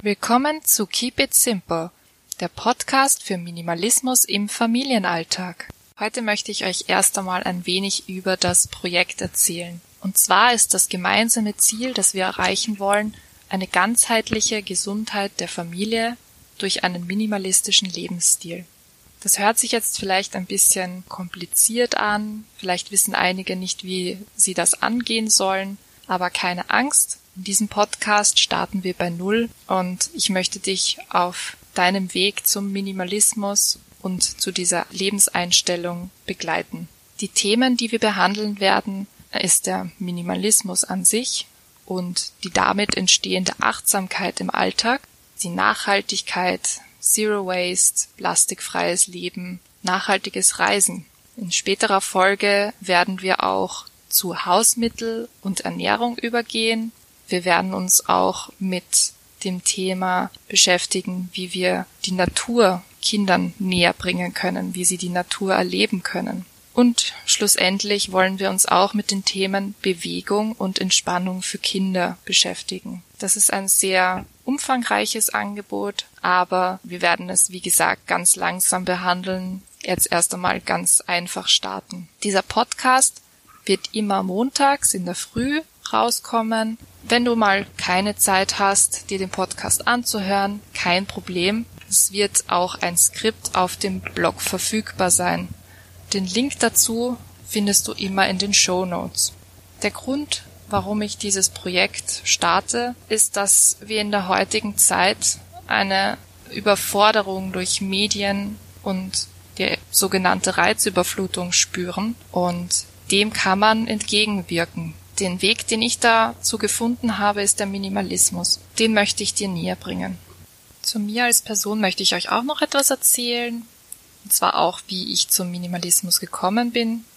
Willkommen zu Keep It Simple, der Podcast für Minimalismus im Familienalltag. Heute möchte ich euch erst einmal ein wenig über das Projekt erzählen. Und zwar ist das gemeinsame Ziel, das wir erreichen wollen, eine ganzheitliche Gesundheit der Familie durch einen minimalistischen Lebensstil. Das hört sich jetzt vielleicht ein bisschen kompliziert an, vielleicht wissen einige nicht, wie sie das angehen sollen, aber keine Angst. In diesem Podcast starten wir bei Null und ich möchte dich auf deinem Weg zum Minimalismus und zu dieser Lebenseinstellung begleiten. Die Themen, die wir behandeln werden, ist der Minimalismus an sich und die damit entstehende Achtsamkeit im Alltag, die Nachhaltigkeit, Zero Waste, plastikfreies Leben, nachhaltiges Reisen. In späterer Folge werden wir auch zu Hausmittel und Ernährung übergehen. Wir werden uns auch mit dem Thema beschäftigen, wie wir die Natur Kindern näher bringen können, wie sie die Natur erleben können. Und schlussendlich wollen wir uns auch mit den Themen Bewegung und Entspannung für Kinder beschäftigen. Das ist ein sehr umfangreiches Angebot, aber wir werden es, wie gesagt, ganz langsam behandeln, jetzt erst einmal ganz einfach starten. Dieser Podcast wird immer montags in der Früh rauskommen. Wenn du mal keine Zeit hast, dir den Podcast anzuhören, kein Problem. Es wird auch ein Skript auf dem Blog verfügbar sein. Den Link dazu findest du immer in den Shownotes. Der Grund, warum ich dieses Projekt starte, ist, dass wir in der heutigen Zeit eine Überforderung durch Medien und die sogenannte Reizüberflutung spüren und dem kann man entgegenwirken. Den Weg, den ich dazu gefunden habe, ist der Minimalismus. Den möchte ich dir näher bringen. Zu mir als Person möchte ich euch auch noch etwas erzählen. Und zwar auch, wie ich zum Minimalismus gekommen bin.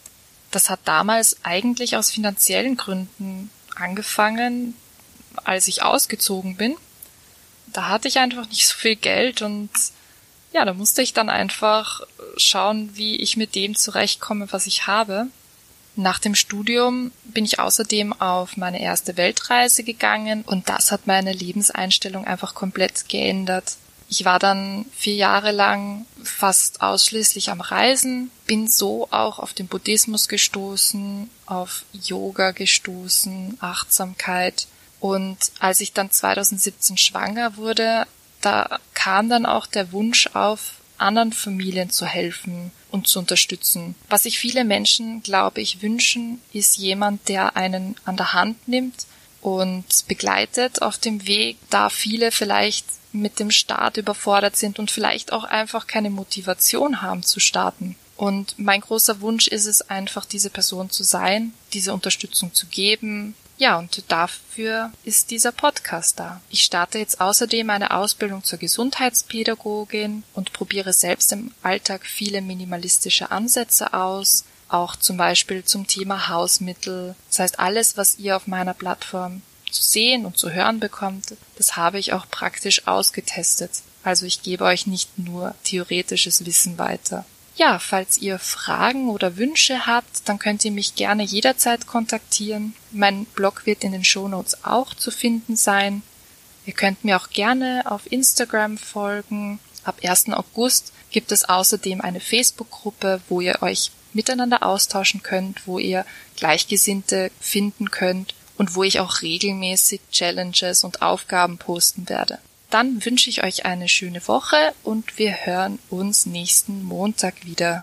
Das hat damals eigentlich aus finanziellen Gründen angefangen, als ich ausgezogen bin. Da hatte ich einfach nicht so viel Geld und ja, da musste ich dann einfach schauen, wie ich mit dem zurechtkomme, was ich habe. Nach dem Studium bin ich außerdem auf meine erste Weltreise gegangen und das hat meine Lebenseinstellung einfach komplett geändert. Ich war dann 4 Jahre lang fast ausschließlich am Reisen, bin so auch auf den Buddhismus gestoßen, auf Yoga gestoßen, Achtsamkeit und als ich dann 2017 schwanger wurde, da kam dann auch der Wunsch auf, anderen Familien zu helfen und zu unterstützen. Was sich viele Menschen, glaube ich, wünschen, ist jemand, der einen an der Hand nimmt und begleitet auf dem Weg, da viele vielleicht mit dem Start überfordert sind und vielleicht auch einfach keine Motivation haben zu starten. Und mein großer Wunsch ist es einfach, diese Person zu sein, diese Unterstützung zu geben. Ja, und dafür ist dieser Podcast da. Ich starte jetzt außerdem eine Ausbildung zur Gesundheitspädagogin und probiere selbst im Alltag viele minimalistische Ansätze aus, auch zum Beispiel zum Thema Hausmittel. Das heißt, alles, was ihr auf meiner Plattform zu sehen und zu hören bekommt, das habe ich auch praktisch ausgetestet. Also ich gebe euch nicht nur theoretisches Wissen weiter. Ja, falls ihr Fragen oder Wünsche habt, dann könnt ihr mich gerne jederzeit kontaktieren. Mein Blog wird in den Shownotes auch zu finden sein. Ihr könnt mir auch gerne auf Instagram folgen. Ab 1. August gibt es außerdem eine Facebook-Gruppe, wo ihr euch miteinander austauschen könnt, wo ihr Gleichgesinnte finden könnt und wo ich auch regelmäßig Challenges und Aufgaben posten werde. Dann wünsche ich euch eine schöne Woche und wir hören uns nächsten Montag wieder.